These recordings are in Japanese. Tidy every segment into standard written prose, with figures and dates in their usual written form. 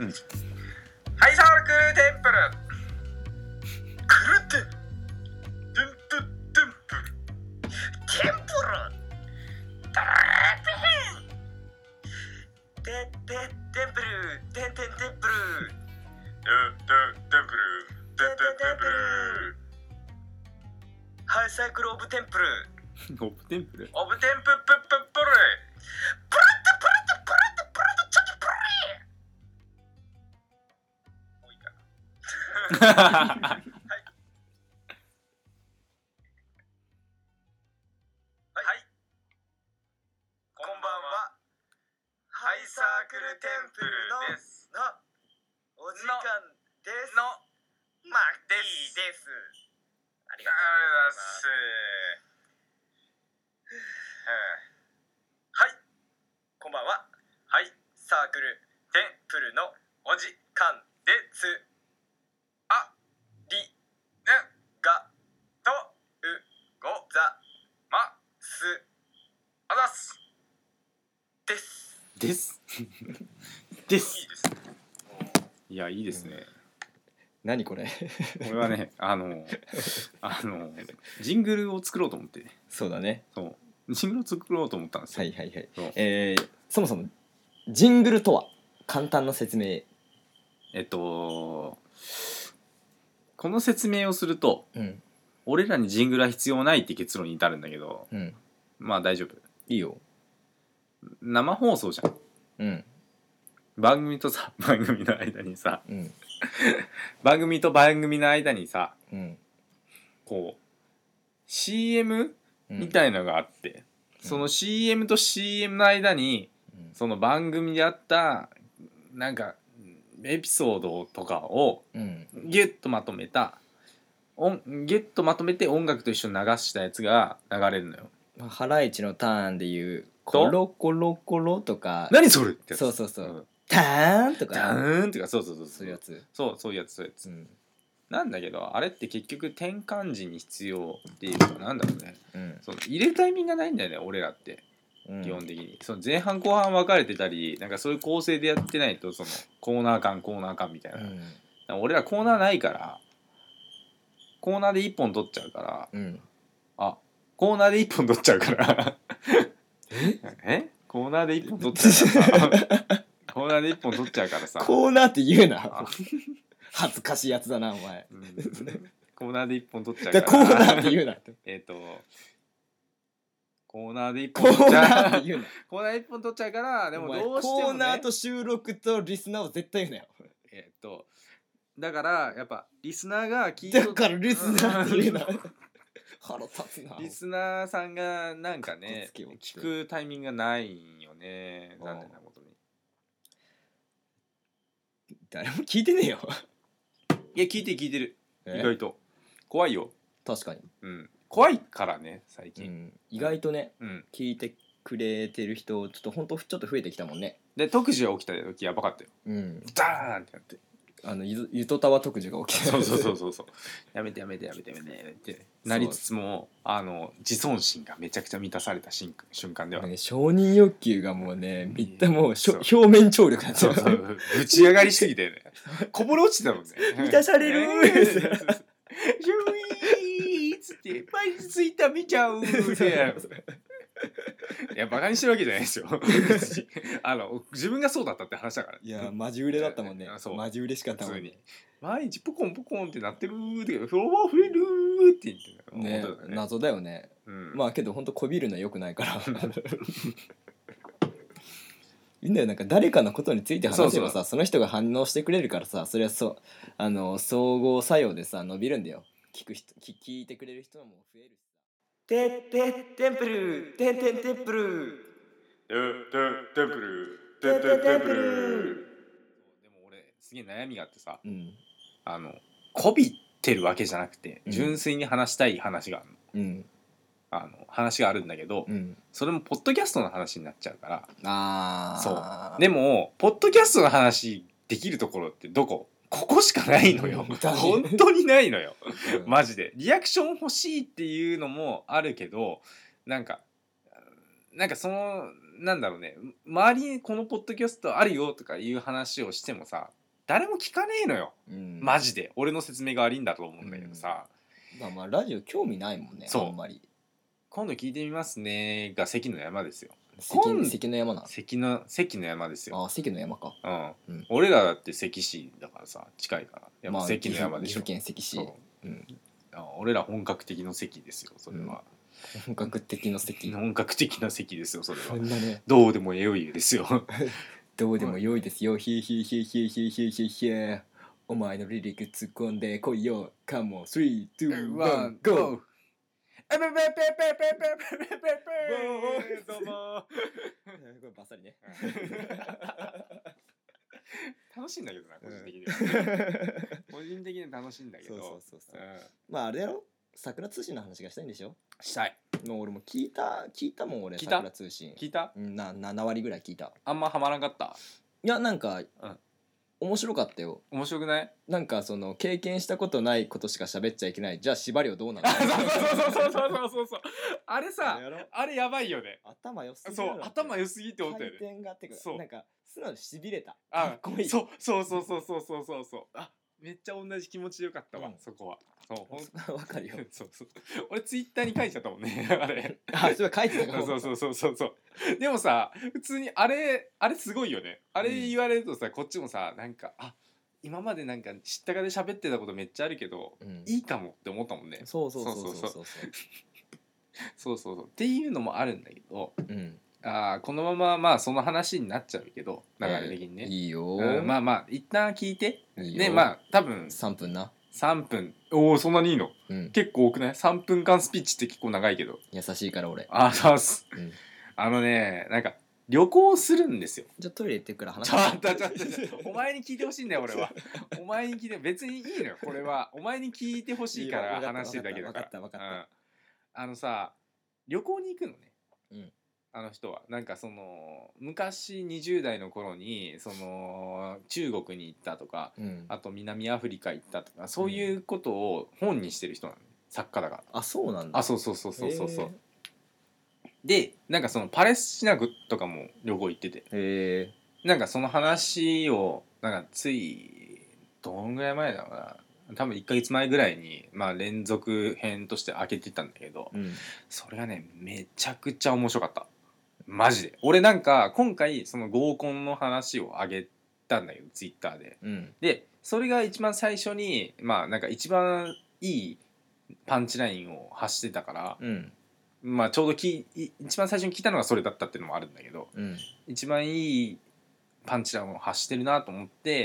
うん、ハイサークルテンプルクルテンテンプテンプルテンプルダーペンテンテンプルテンテンテンプルテンテンプルテンテンテンプルハイサイクルオブテンプルオブテンプルオブテンププププルプルテプルテプルテプルテチョキプルもういいかなはいこんばんはハイサークルテンプルですのお時間ですのマッキーですありがとうございますはいこんばんははいサークルテンプルのお時間ですありがとうござますあざすですですいいですねいやいいですね、 何これこれはねジングルを作ろうと思ってそうだねそうジングルを作ろうと思ったんですよ。 はいはいはいそうそもそもジングルとは簡単な説明この説明をするとうん俺らにジングルは必要ないって結論に至るんだけどうんまあ大丈夫いいよ生放送じゃんうん番組とさ番組の間にさうん番組と番組の間にさうんこう CM うんみたいのがあって、その CM と CM の間にうんその番組であったなんかエピソードとかをうんギュッとまとめたギュッとまとめて音楽と一緒に流したやつが流れるのよ。 ハライチのターンでいうコロコロコロとか何それってやつ。 そうそうそう、 んターンとかダーンってかそうそうそうそういうやつそういうやつうんなんだけどあれって結局転換時に必要っていうかなんだろうねうんその入れるタイミングがないんだよね俺らってうん基本的に、その前半後半分かれてたりなんかそういう構成でやってないとそのコーナー感みたいな、だから俺らコーナーないからコーナーで1本取っちゃうからうんコーナーで1本取っちゃうからコーナーで1本取っちゃうからさコーナーで1本取っちゃうからさコーナーって言うなあ恥ずかしいやつだなお前コーナーで1本取っちゃうだからコーナーって言うなコーナーで1 コ本取っちーナーゃうって言うなコーナー1本取っちゃうからでもお前どうしても、ね、 コーナーと収録とリスナーを絶対言うなよだからやっぱリスナーが聞いとだからリスナーって言うな腹立つなリスナーさんがなんかねかっこつけを聞くタイミングがないんよね残念なことに誰も聞いてねえよいや聞いてる意外と怖いよ確かに、 怖いからね最近、 意外とねうん聞いてくれてる人ちょっとほんとちょっと増えてきたもんねで特需が起きた時やばかったよダーンってなってゆとたわ特需が起きたそうやめてってなりつつも自尊心がめちゃくちゃ満たされた瞬間では承認欲求がもうねみんなもうそう表面張力なんですよぶち上がりすぎてねこぼれ落ちてたもんね満たされるシュイーっつって毎日ツイッター見ちゃうっていやバカにしてるわけじゃないですよ自分がそうだったって話だからいやマジ売れだったもんねそうマジ嬉しかったもん普通に毎日ポコンポコンってなってるってフォロワー増えるって言ってたね謎だよね、まあけどほんとこびるのはよくないからいいんだよなんか誰かのことについて話せばさその人が反応してくれるからさそれは相互作用でさ伸びるんだよ聞いてくれる人も増えるテンプルテンプルテンプルでも俺すげえ悩みがあってさこびってるわけじゃなくて純粋に話したい話があるの、話があるんだけど、それもポッドキャストの話になっちゃうからそうでもポッドキャストの話できるところってここしかないのよ本当にないのよマジでリアクション欲しいっていうのもあるけどなんかそのなんだろうね、周りにこのポッドキャストあるよとかいう話をしてもさ、誰も聞かねえのよ、マジで。俺の説明が悪いんだと思うんだけどさ、 まあラジオ興味ないもんね、あんまり。 今度聞いてみますねが関の山ですよ。 関の山なの？ 関の山ですよ。 あ、関の山か。 俺らだって関市だからさ、近いから。まあ、関の山でしょ。 岐阜県関市。 俺ら本格的の関ですよ、それは。 本格的な関。 本格的な関ですよ、それは。どうでもよいですよ。 どうでもよいですよ。ヒーヒーヒーヒーヒーヒーヒーヒー。お前のリリック突っ込んでこいよ。カモン、3、2、1、GO！どうも。これバッサリね。 楽しいんだけどな、個人的に。個人的に楽しいんだけど。 まああれやろ、桜通信の話がしたいんでしょ。 したい。 もう俺も聞いたもん俺。桜通信聞いた ？7割ぐらい聞いた。 あんまハマらなかった？ いや、なんか面白かったよ。 面白くない？ なんかその経験したことないことしか喋っちゃいけない。じゃあ縛りはどうなの？そうあれさ、あれやばいよね。 頭良すぎ。 そう、頭良すぎって思ったよね。 回転がってか、なんか素直にしびれた。 かっこいい。そう。あ、めっちゃ同じ気持ちでよかったわ、そこは。そう、 わかるよ。 そう。俺ツイッターに書いちゃったもんね、あれ。 それ書いてたから。 そう。でもさ、普通にあれすごいよね。あれ言われるとさ、こっちもさ、なんか、あ、今までなんか知ったかで喋ってたことめっちゃあるけど、いいかもって思ったもんね。そうっていうのもあるんだけど、このまままあその話になっちゃうけど、流れ的にね。 いいよ。 まあ一旦聞いて。ね、まあ多分 3分な。 3分。おお、そんなにいいの？結構多くない？ 3 分間スピーチって結構長いけど。 優しいから俺。 そうっす。なんか旅行するんですよ。 じゃあトイレ行ってから話ちょっとお前に聞いてほしいんだよ俺は。お前に聞いて、別にいいのよこれは。お前に聞いてほしいから話してるだけだから。 分かった。 さ、旅行に行くのね。あの人はなんかその昔20代の頃にその中国に行ったとか、あと南アフリカ行ったとか、そういうことを本にしてる人なの、作家だから。 あ、そうなんだ。 あ、そう。で、なんかそのパレスチナとかも旅行行ってて、なんかその話をなんかついどんぐらい前だろうな、多分1ヶ月前ぐらいに、まあ、連続編として開けてたんだけど、それがねめちゃくちゃ面白かった、マジで。俺なんか今回その合コンの話を上げたんだけどツイッターで、でそれが一番最初にまあなんか一番いいパンチラインを発してたから、まあちょうど一番最初に聞いたのがそれだったっていうのもあるんだけど、一番いいパンチラインを発してるなと思って、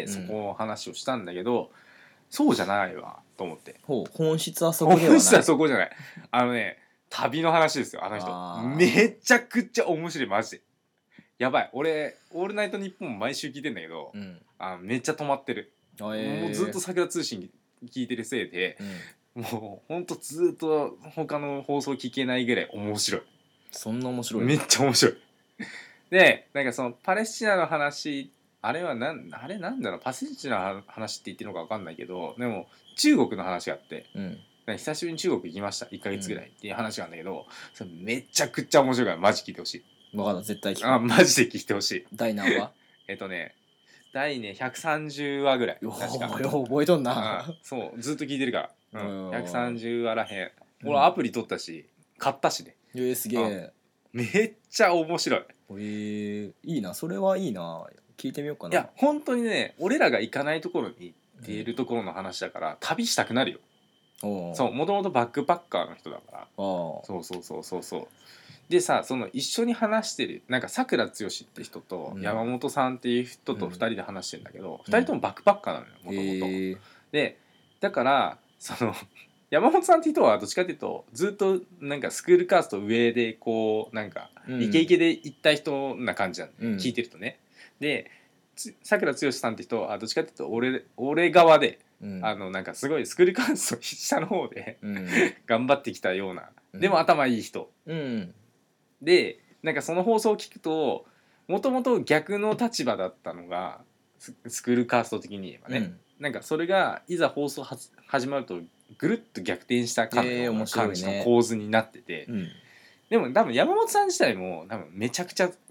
そこを話をしたんだけど、そうじゃないわと思って。 本質はそこではない。 本質はそこじゃない。旅の話ですよ、あの人。めちゃくちゃ面白い、マジで。やばい、俺オールナイトニッポン毎週聞いてんだけど、めっちゃ止まってる。もうずっと桜通信聞いてるせいで、もうほんとずっと他の放送聞けないぐらい面白い。 そんな面白い？ めっちゃ面白い。で、なんかそのパレスチナの話、あれなんだろう、パレスチナの話って言ってるのか分かんないけど、でも中国の話があって、久しぶりに中国行きました1ヶ月ぐらいっていう話があるんだけど、それめちゃくちゃ面白いからマジ聞いてほしい。 分かった、絶対聞く。 マジで聞いてほしい。 第何話？ 第ね130話ぐらい。 確か覚えとんな。 そうずっと聞いてるから、130話らへん。俺アプリ取ったし買ったしね。 すげえ。 めっちゃ面白い。 いいな、それはいいな、聞いてみようかな。 いや本当にね、俺らが行かないところに行っているところの話だから、旅したくなるよ。そう、もともとバックパッカーの人だから。そうでさ、その一緒に話してるなんかさくらつよしって人と山本さんっていう人と2人で話してるんだけど、2人ともバックパッカーなのよ、もともと。でだからその山本さんって人はどっちかっていうとずっとなんかスクールカースト上でこうなんかイケイケで行った人な感じなの、聞いてるとね。でさくらつよしさんって人はどっちかっていうと俺側で、なんかすごいスクールカースト下の方で、頑張ってきたような、でも頭いい人、でなんかその放送を聞くともともと逆の立場だったのがスクールカースト的に言えばね、なんかそれがいざ放送始まるとぐるっと逆転した感じの構図になってて、でも多分山本さん自体も多分めちゃくちゃ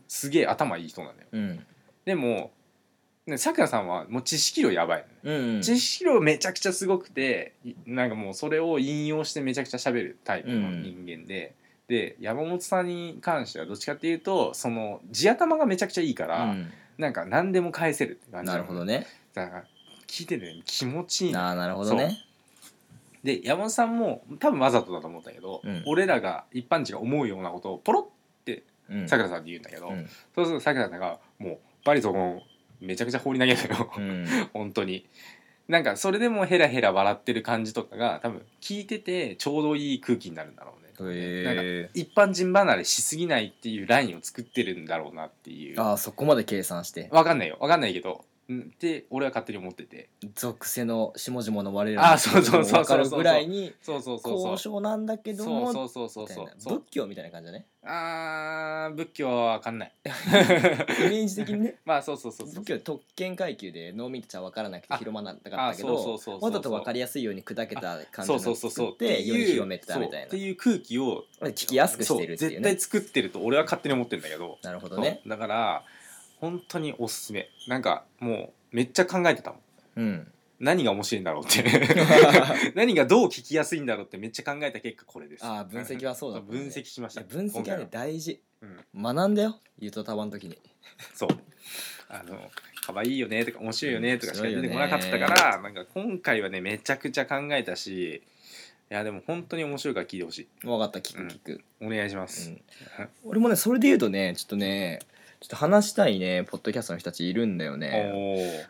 すげえ頭いい人なんだよ、でもさくらさんはもう知識量やばいのね、知識量めちゃくちゃすごくてなんかもうそれを引用してめちゃくちゃ喋るタイプの人間で、で山本さんに関してはどっちかっていうとその地頭がめちゃくちゃいいから、なんか何でも返せるって感じ。 なるほどね。 だから聞いてて、ね、気持ちいいの。 なるほどね。 で山本さんも多分わざとだと思ったけど、俺らが一般人が思うようなことをポロってさくらさんに言うんだけど、そうするとさくらさんがもうバリそこめちゃくちゃ放り投げるよ、本当に。なんかそれでもヘラヘラ笑ってる感じとかが多分聞いててちょうどいい空気になるんだろうね。なんか一般人離れしすぎないっていうラインを作ってるんだろうなっていう。 ああ、そこまで計算して。 分かんないよ、分かんないけどって俺は勝手に思ってて、 属性の下々の我らの分かるぐらいに高尚なんだけども、仏教みたいな感じだね。 仏教は分かんないイメージ的にね。 まあそう仏教特権階級で農民たちは分からなくて広まらなかったけど、わざと分かりやすいように砕けた感じの作って世に広めてたみたいなっていう空気を聞きやすくしてるっていうね。 絶対作ってると俺は勝手に思ってるんだけど。 なるほどね。 だから本当におすすめ。なんかもうめっちゃ考えてたもん、何が面白いんだろうって何がどう聞きやすいんだろうってめっちゃ考えた結果これです。 ああ、分析はそうだ、 分析しました。 分析はね大事、学んだよゆとたわの時に。 そう可愛いよねとか面白いよねとかしか出てこなかったから、なんか今回はねめちゃくちゃ考えたし、いやでも本当に面白いから聞いてほしい。 分かった、聞く、 お願いします、 俺もねそれで言うとねちょっと話したいねポッドキャストの人たちいるんだよね。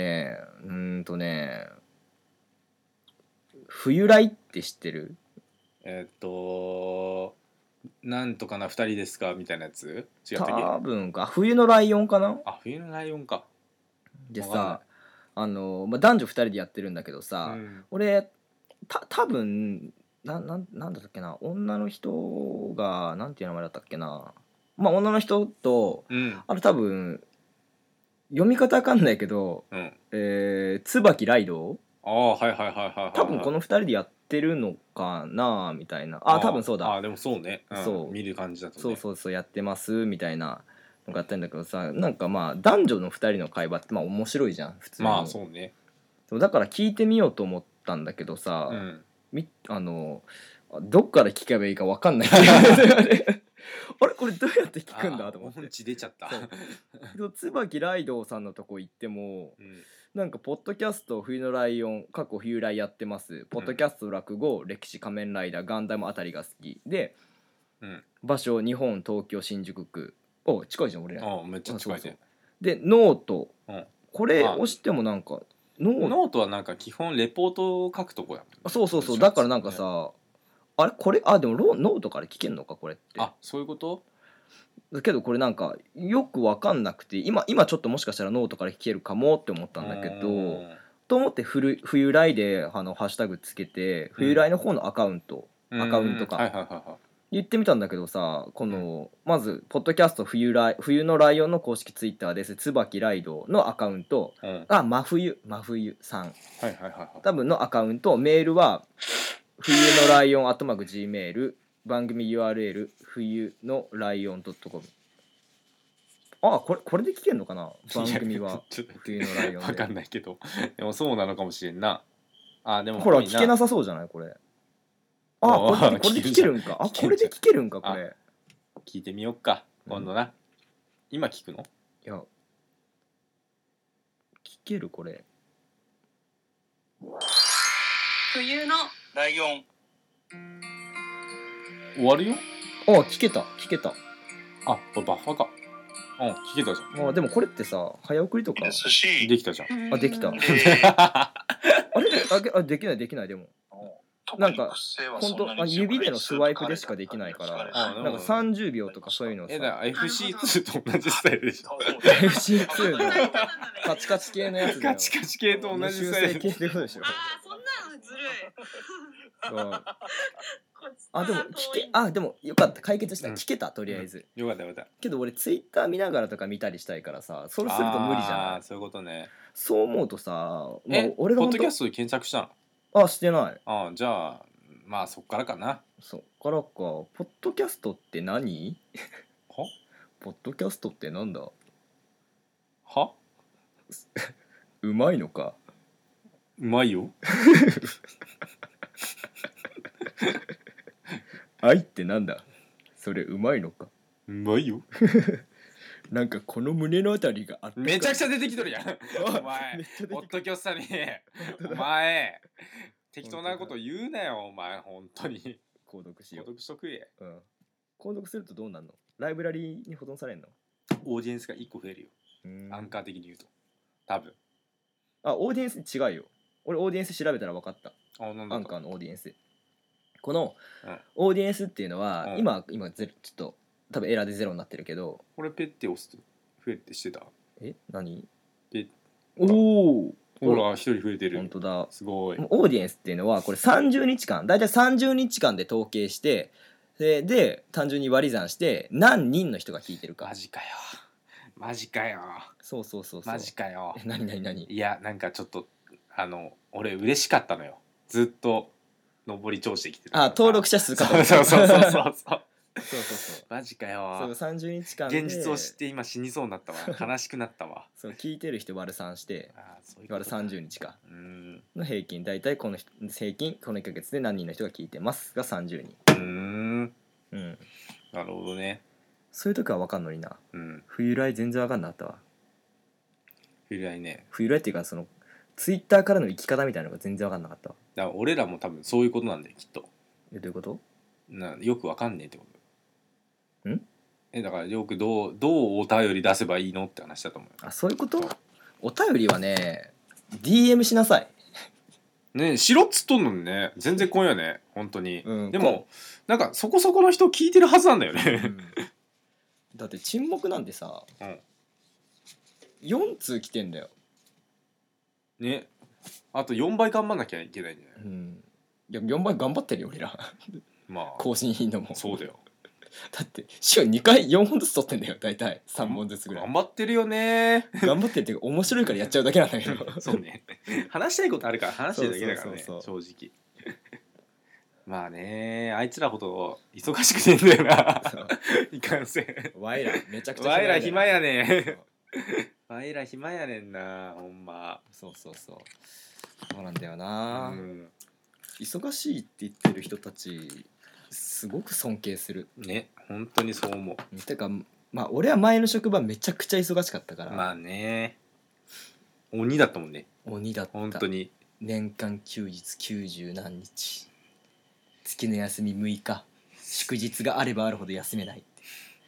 冬来って知ってる？ なんとかな2人ですかみたいなやつ違ったっけ？ 多分か冬のライオンかな。 冬のライオンか。 でさ男女2人でやってるんだけどさ、俺多分なんだったっけな、女の人がなんていう名前だったっけな、まあ女の人と、多分読み方わかんないけど、椿ライド、多分この2人でやってるのかなみたいな。多分そうだ。 でもそうね、見る感じだとね。 そうやってますみたいなのがあったんだけどさ、なんかまあ男女の2人の会話ってまあ面白いじゃん普通に。 まあそうね。 だから聞いてみようと思ったんだけどさ、どっから聞けばいいか分かんないあれこれどうやって聞くんだと思って。 音痴出ちゃった。 椿ライドウさんのとこ行っても、なんかポッドキャスト冬のライオン過去冬来やってます、ポッドキャスト落語歴史仮面ライダーガンダムあたりが好きで、場所日本東京新宿区。近いじゃん俺ら。 めっちゃ近いね。 でノート、これ押してもなんかノートはなんか基本レポートを書くとこやもん。 そうだからなんかさ、あれこれでもノートから聞けんのかこれって。 そういうこと？ だけどこれなんかよく分かんなくて、今ちょっともしかしたらノートから聞けるかもって思ったんだけど、と思って冬来でハッシュタグつけて冬来の方のアカウントか言ってみたんだけどさ、このまずポッドキャスト冬のライオンの公式ツイッターです。椿ライドのアカウントが真冬さん多分のアカウント、メールは冬のライオン@gmail、番組 URL 冬のライオン .com。 これで聞けんのかな番組は。冬のライオンで分かんないけどでもそうなのかもしれんな。でもほら聞けなさそうじゃないこれ。これで聞けるんか。これで聞けるんか。これ聞いてみよっか今度な。今聞くの？ いや聞けるこれ。 冬のライオン終わるよ。 聞けた。 これバッファか。聞けたじゃん。 でもこれってさ早送りとかできたじゃん。 できた。あれできないでも。なんか本当指でのスワイプでしかできないから、なんか30秒とかそういうのさ。 FC2 と同じスタイルでしょ。 FC2 のカチカチ系のやつだよ。 カチカチ系と同じスタイル。 修正系ってことでしょ。 そんなのずるい。 でもよかった、解決した。聞けたとりあえず。 よかったけど俺ツイッター見ながらとか見たりしたいからさ、それすると無理じゃない。 そういうことね。 そう思うとさ、 俺がポッドキャストで検索したの？ してない。 じゃあまあそっからかな。 そっからか。ポッドキャストって何？ポポッドキャストってなんだ？ はうまいのか？ うまいよ。 愛ってなんだ？それうまいのか？ うまいよ。 なんかこの胸のあたりがあったかい。 めちゃくちゃ出てきとるやん。お前めっちゃ出てきたポッドキャストにお前適当なこと言うなよお前本当に。 購読しよう。 購読しとくれ。 うん。購読するとどうなるの？ライブラリーに保存されるの？ オーディエンスが1個増えるよ。アンカー的に言うと多分。 オーディエンス違うよ。俺オーディエンス調べたら分かった。 なんだアンカーのオーディエンス。このうんオーディエンスっていうのは、 うん今ゼロ、ちょっと多分エラーでゼロになってるけど、 これペッて押すと増えるってしてた？ 何？ ペおお、 ほら一人増えてる。 本当だ。 すごい。 オーディエンスっていうのはこれ30日間、だいたい30日間で統計して、で単純に割り算して何人の人が聞いてるか。 マジかよ。マジかよ。 そうそうそうそう。 マジかよ。 何？ いやなんかちょっと俺嬉しかったのよ。ずっと上り調子できてた。 登録者数かと。 そうマジかよ。 そう30日間で現実を知って今死にそうになったわ。悲しくなったわ。 そう聞いてる人割る3してそういうこと割る30日かの平均、だいたいこの平均この1ヶ月で何人の人が聞いてますが30人。 なるほどね。 そういう時は分かんのにな。冬来全然分かんなかったわ。 冬来ね。 冬来っていうかそのツイッターからの生き方みたいなのが全然分かんなかったわ。 だから俺らも多分そういうことなんだよきっと。 どういうこと？ よく分かんねえってこと？ ん？ だからよくどうお便り出せばいいのって話だと思うよ。 そういうこと？お便りはね DM しなさい。 ねしろっつっとんのにね全然来んよね本当に、でもなんかそこそこの人聞いてるはずなんだよね、 だって沈黙なんてさ、4通来てんだよね。あと4倍頑張んなきゃいけないんじゃない？ いや4倍頑張ってるよ俺ら。 まあ更新頻度もそうだよ。 だって週2回4本ずつ撮ってんだよ大体3本ずつぐらい。 頑張ってるよね。 頑張ってるっていうか面白いからやっちゃうだけなんだけど。 そうね。話したいことあるから話してるだけだからね正直。まあねあいつらほど忙しくねえんだよな。いかんせん。 ワイらめちゃくちゃワイら暇やね。ワイら暇やねんなほんま。 そうなんだよな、忙しいって言ってる人たちすごく尊敬するね。本当にそう思う。 てかまあ俺は前の職場めちゃくちゃ忙しかったから。 まあね鬼だったもんね。 鬼だった本当に。 年間休日90何日、月の休み6日、祝日があればあるほど休めないって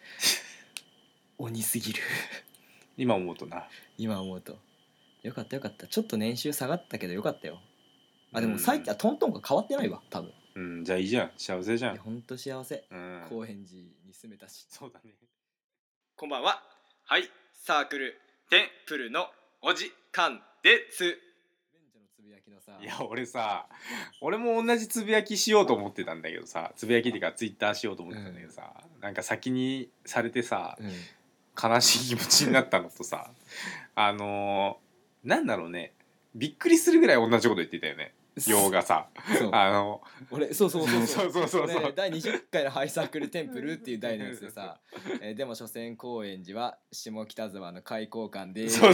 鬼すぎる。 今思うとな。 今思うとよかったちょっと年収下がったけどよかったよ。でも最近トントンが変わってないわ多分。 じゃあいいじゃん幸せじゃん。 ほんと幸せ。高円寺に住めたし。 そうだね。 こんばんは。はいサークルテンプルのお時間です。 ベンチのつぶやきのさ。 いや俺も同じつぶやきしようと思ってたんだけどさ、つぶやきっていうかツイッターしようと思ってたんだけどさ、なんか先にされてさ、悲しい気持ちになったのとさなんだろうね、びっくりするぐらい同じこと言ってたよね。ようがさ俺そう第20回のハイサークルテンプルっていう題のやつでさでも所詮高円寺は下北沢の開口館でそう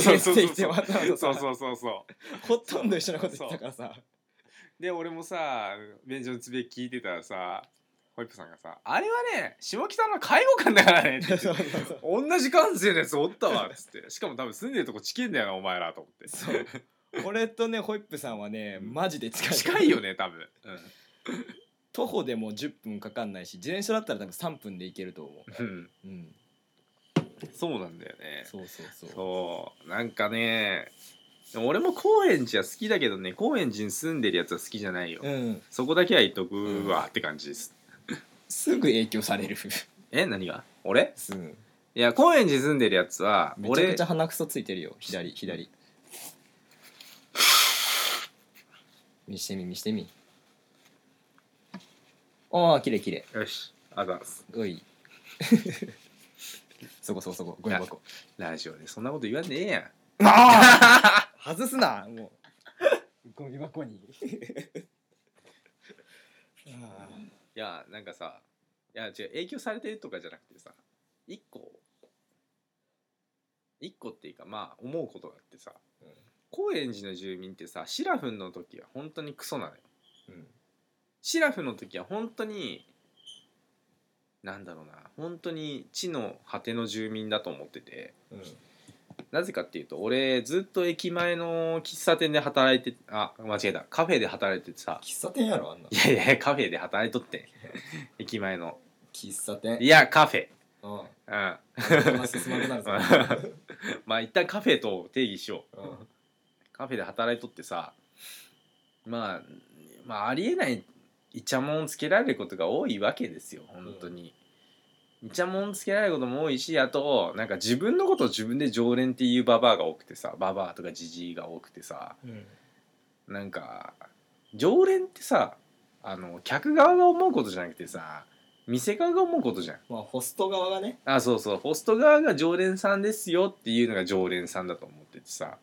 ほとんど一緒なこと言ってたからさ。 で俺もさ便所のつぶやき聞いてたらさ、ホイップさんがさあれはね下北の介護官だからねって言って同じ感性のやつおったわっつって、しかも多分住んでるとこ近いんだよなお前らと思って。 そう俺とねホイップさんはねマジで近いよね多分、 徒歩でも10分かかんないし自転車だったら多分3分で行けると思う。 そうなんだよね。 そうなんかね俺も高円寺は好きだけどね、高円寺に住んでるやつは好きじゃないよ、そこだけは言っとくわって感じです。 すぐ影響される。 何が俺？いや高円寺住んでるやつはめちゃくちゃ鼻くそついてるよ。左見してみ。ああ綺麗。 よしあざす。 おいそこゴミ箱。 ラジオでそんなこと言わんでええやん。 外すなもうゴミ箱に。 いやなんかさ、いや違う影響されてるとかじゃなくてさ、一個一個っていうかまあ思うことがあってさ、高円寺の住民ってさ、シラフの時は本当にクソなのよ、シラフの時は本当になんだろうな、本当に地の果ての住民だと思ってて、なぜかっていうと俺ずっと駅前の喫茶店で働いて、間違えた、カフェで働いててさ。 喫茶店やろあんな。 いやいやカフェで働いとって駅前の喫茶店、 いやカフェ、 進まなくなるぞまあ一旦カフェと定義しよう、カフェで働いとってさ、まあありえないイチャモンつけられることが多いわけですよ本当に、イチャモンつけられることも多いし、あとなんか自分のことを自分で常連っていうババアが多くてさ、ババアとかジジイが多くてさ、なんか常連ってさ、客側が思うことじゃなくてさ、店側が思うことじゃん。 まあホスト側がね。 そうそう、ホスト側が常連さんですよっていうのが常連さんだと思っててさ、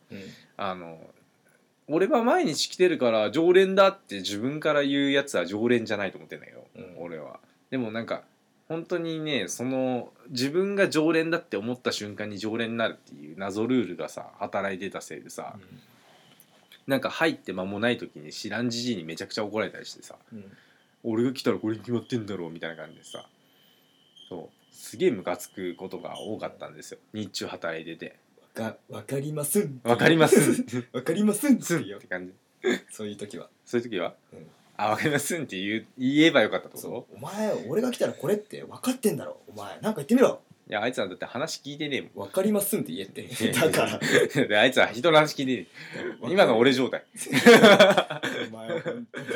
俺は毎日来てるから常連だって自分から言うやつは常連じゃないと思ってんだけど、俺は。でもなんか本当にね、その自分が常連だって思った瞬間に常連になるっていう謎ルールがさ働いてたせいでさ、なんか入って間もない時に知らんじじいにめちゃくちゃ怒られたりしてさ、俺が来たらこれに決まってんだろうみたいな感じでさ、そうすげえムカつくことが多かったんですよ日中働いてて。 わかりますんわかりますわかりますんって感じ。 そういう時はわかりますんって言えばよかったってこと？ お前俺が来たらこれって分かってんだろ、お前なんか言ってみろ。 いやあいつはだって話聞いてねえもん。 分かりますんって言えってだからであいつは人の話聞いてねえ今の俺状態お前は本当に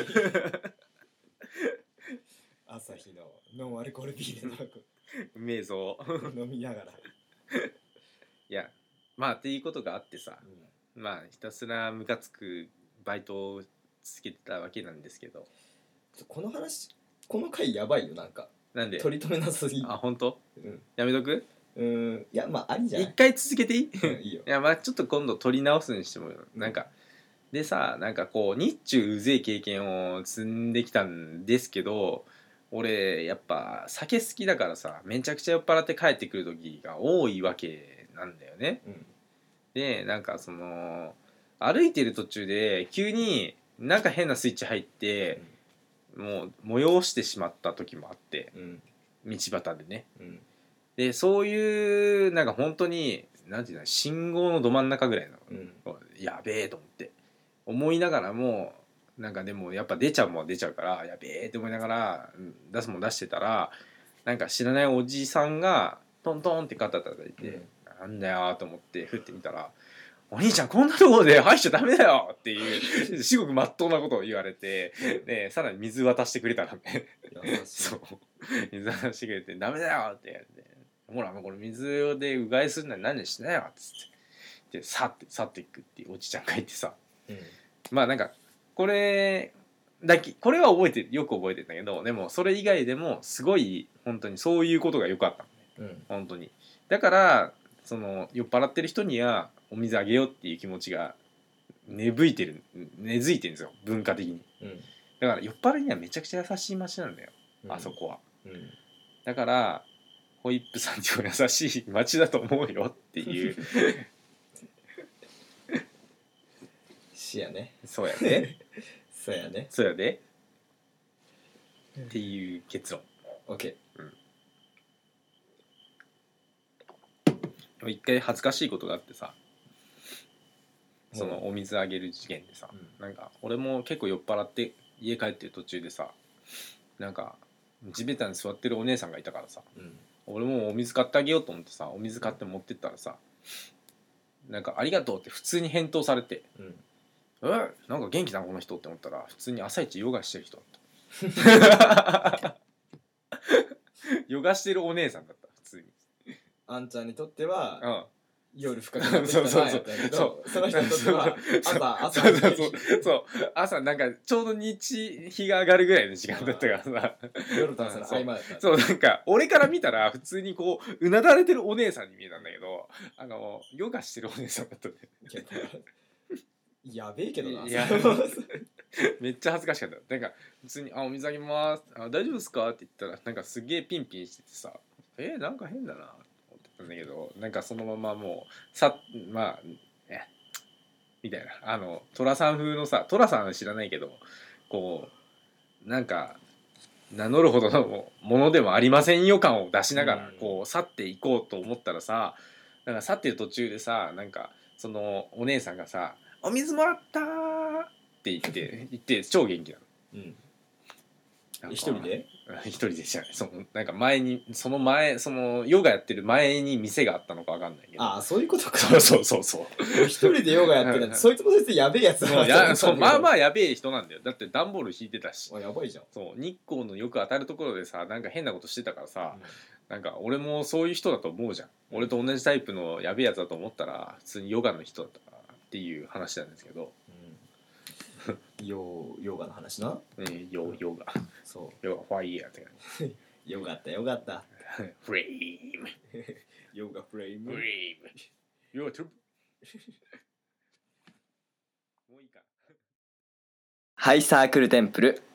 朝日のノンアルコールビールの瞑想飲みながらいやまあっていうことがあってさ、まあひたすらムカつくバイトを続けてたわけなんですけど、 この回やばいよ。 なんで取り留めなさすぎ。 本当？やめとく？ いやまあありじゃない。 一回続けていい？ いいよ。 いやまあちょっと今度取り直すにしてもなんかでさ、なんかこう日中うぜえ経験を積んできたんですけど、俺やっぱ酒好きだからさ、めちゃくちゃ酔っ払って帰ってくる時が多いわけなんだよね、でなんかその歩いてる途中で急になんか変なスイッチ入って、もう催してしまった時もあって、道端でね、でそういうなんか本当になんていうの、信号のど真ん中ぐらいの、やべえと思いながらも、なんかでもやっぱ出ちゃうからやべえって思いながら出すもん出してたら、なんか知らないおじさんがトントンって肩叩いて、なんだよと思って振ってみたら、お兄ちゃんこんなところで入っちゃダメだよっていう至極まっとうなことを言われて、でさらに水渡してくれたらねそう水渡してくれてダメだよって言われて、ほらこれ水でうがいするのに何しなよっつってで去っていくっていうおじちゃんがいてさ、まあなんかこれはよく覚えてるんだけど、でもそれ以外でもすごい本当にそういうことがよかったのね、本当に。だからその酔っ払ってる人にはお水あげようっていう気持ちが根付いてるんですよ文化的に、だから酔っ払いにはめちゃくちゃ優しい街なんだよ、あそこは、だからホイップさんにも優しい街だと思うよっていうしやね。 そうやねそうやね。 そうやでっていう結論。 OK。 一回恥ずかしいことがあってさ、そのお水あげる事件でさ、なんか俺も結構酔っ払って家帰ってる途中でさ、なんか地べたに座ってるお姉さんがいたからさ、俺もお水買ってあげようと思ってさ、お水買って持ってったらさ、なんかありがとうって普通に返答されて、なんか元気だなこの人って思ったら、普通に朝一ヨガしてる人だったヨガしてるお姉さんだった。普通にあんちゃんにとっては、夜深くなってきたなやったけど、その人にとっては朝なんかちょうど日が上がるぐらいの時間だったからさ、 夜と朝の合間だった。 そうなんか俺から見たら普通にこううなだれてるお姉さんに見えたんだけど、ヨガしてるお姉さんだったんでやべえけどな。 いやめっちゃ恥ずかしかった。なんか普通に「お水あげます」「大丈夫ですか?」って言ったら、なんかすげえピンピンしててさ、なんか変だなって思って、 んだけど、なんかそのままもうさまあみたいな寅さん風のさ、寅さんは知らないけど、こうなんか名乗るほどのものでもありませんよ感を出しながらこう去っていこうと思ったらさ、なんか去ってる途中でさ、なんかそのお姉さんがさ「お水もらった!」って言って超元気なの。 一人で一人でじゃない、なんか前にそのヨガやってる前に店があったのか分かんないけど、 ああそういうことか。 そう一人でヨガやってたそいつも全然やべえやつだそうまあまあやべえ人なんだよ。だって段ボール引いてたし、 やばいじゃん。 そう日光のよく当たるところでさ、なんか変なことしてたからさ、なんか俺もそういう人だと思うじゃん。俺と同じタイプのやべえやつだと思ったら普通にヨガの人だったっていう話なんですけど、 ヨガの話な。 ヨガそうヨガファイヤーって感じ。よかったフレームヨガフレームヨガトゥルもういいか。 ハイサークルテンプル。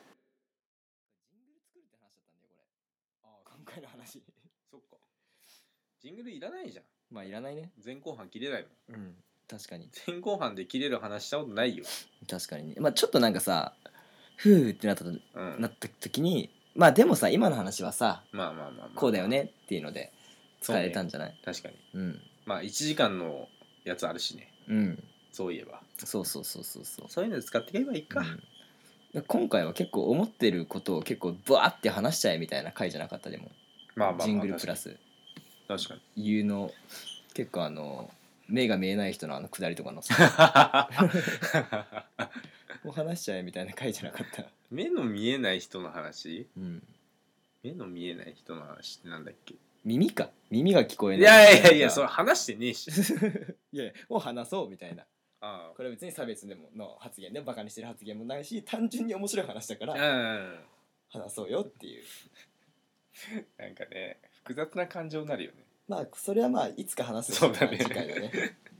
今回の話。 そっか、ジングルいらないじゃん。 まあいらないね。 前後半切れないもん。 確かに前後半で切れる話したことないよ。 確かにね。まあちょっとなんかさふーってなった時に、まあでもさ今の話はさこうだよねっていうので使えたんじゃない？ 確かに。まあ1時間のやつあるしね。そういえばそういうので使っていけばいいか。 今回は結構思ってることを結構ブワーって話しちゃえみたいな回じゃなかった？でもジングルプラス確かに言うの結構目が見えない人のくだりとかのさもう話しちゃえみたいな回じゃなかった？ 目の見えない人の話？目の見えない人の話ってなんだっけ？耳が聞こえない。 いやそれ話してねえしいやもう話そうみたいな。これは別に差別でもの発言でバカにしてる発言もないし、単純に面白い話だから話そうよっていうなんかね複雑な感情になるよね。 まあそれはまあいつか話すそうだね次回だね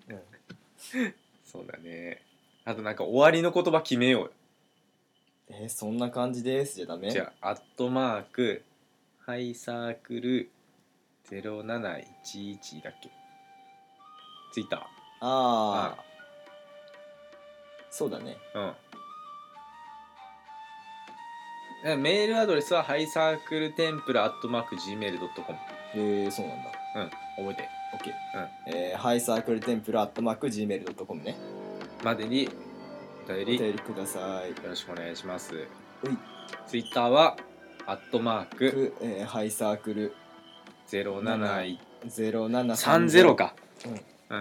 そうだね。あとなんか終わりの言葉決めようよ。 そんな感じですじゃダメ？ じゃあ@ハイサークル0711だっけ？ツイッター。 そうだね。 メールアドレスはハイサークルテンプル@gmail.com。 そうなんだ。 覚えて。 OK。ハイサークルテンプル@gmail.com ね。 までにお便りください。 よろしくお願いします。ツイッターはハイサークル 0730か。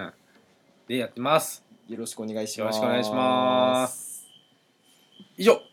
でやってます。 よろしくお願いします。以上。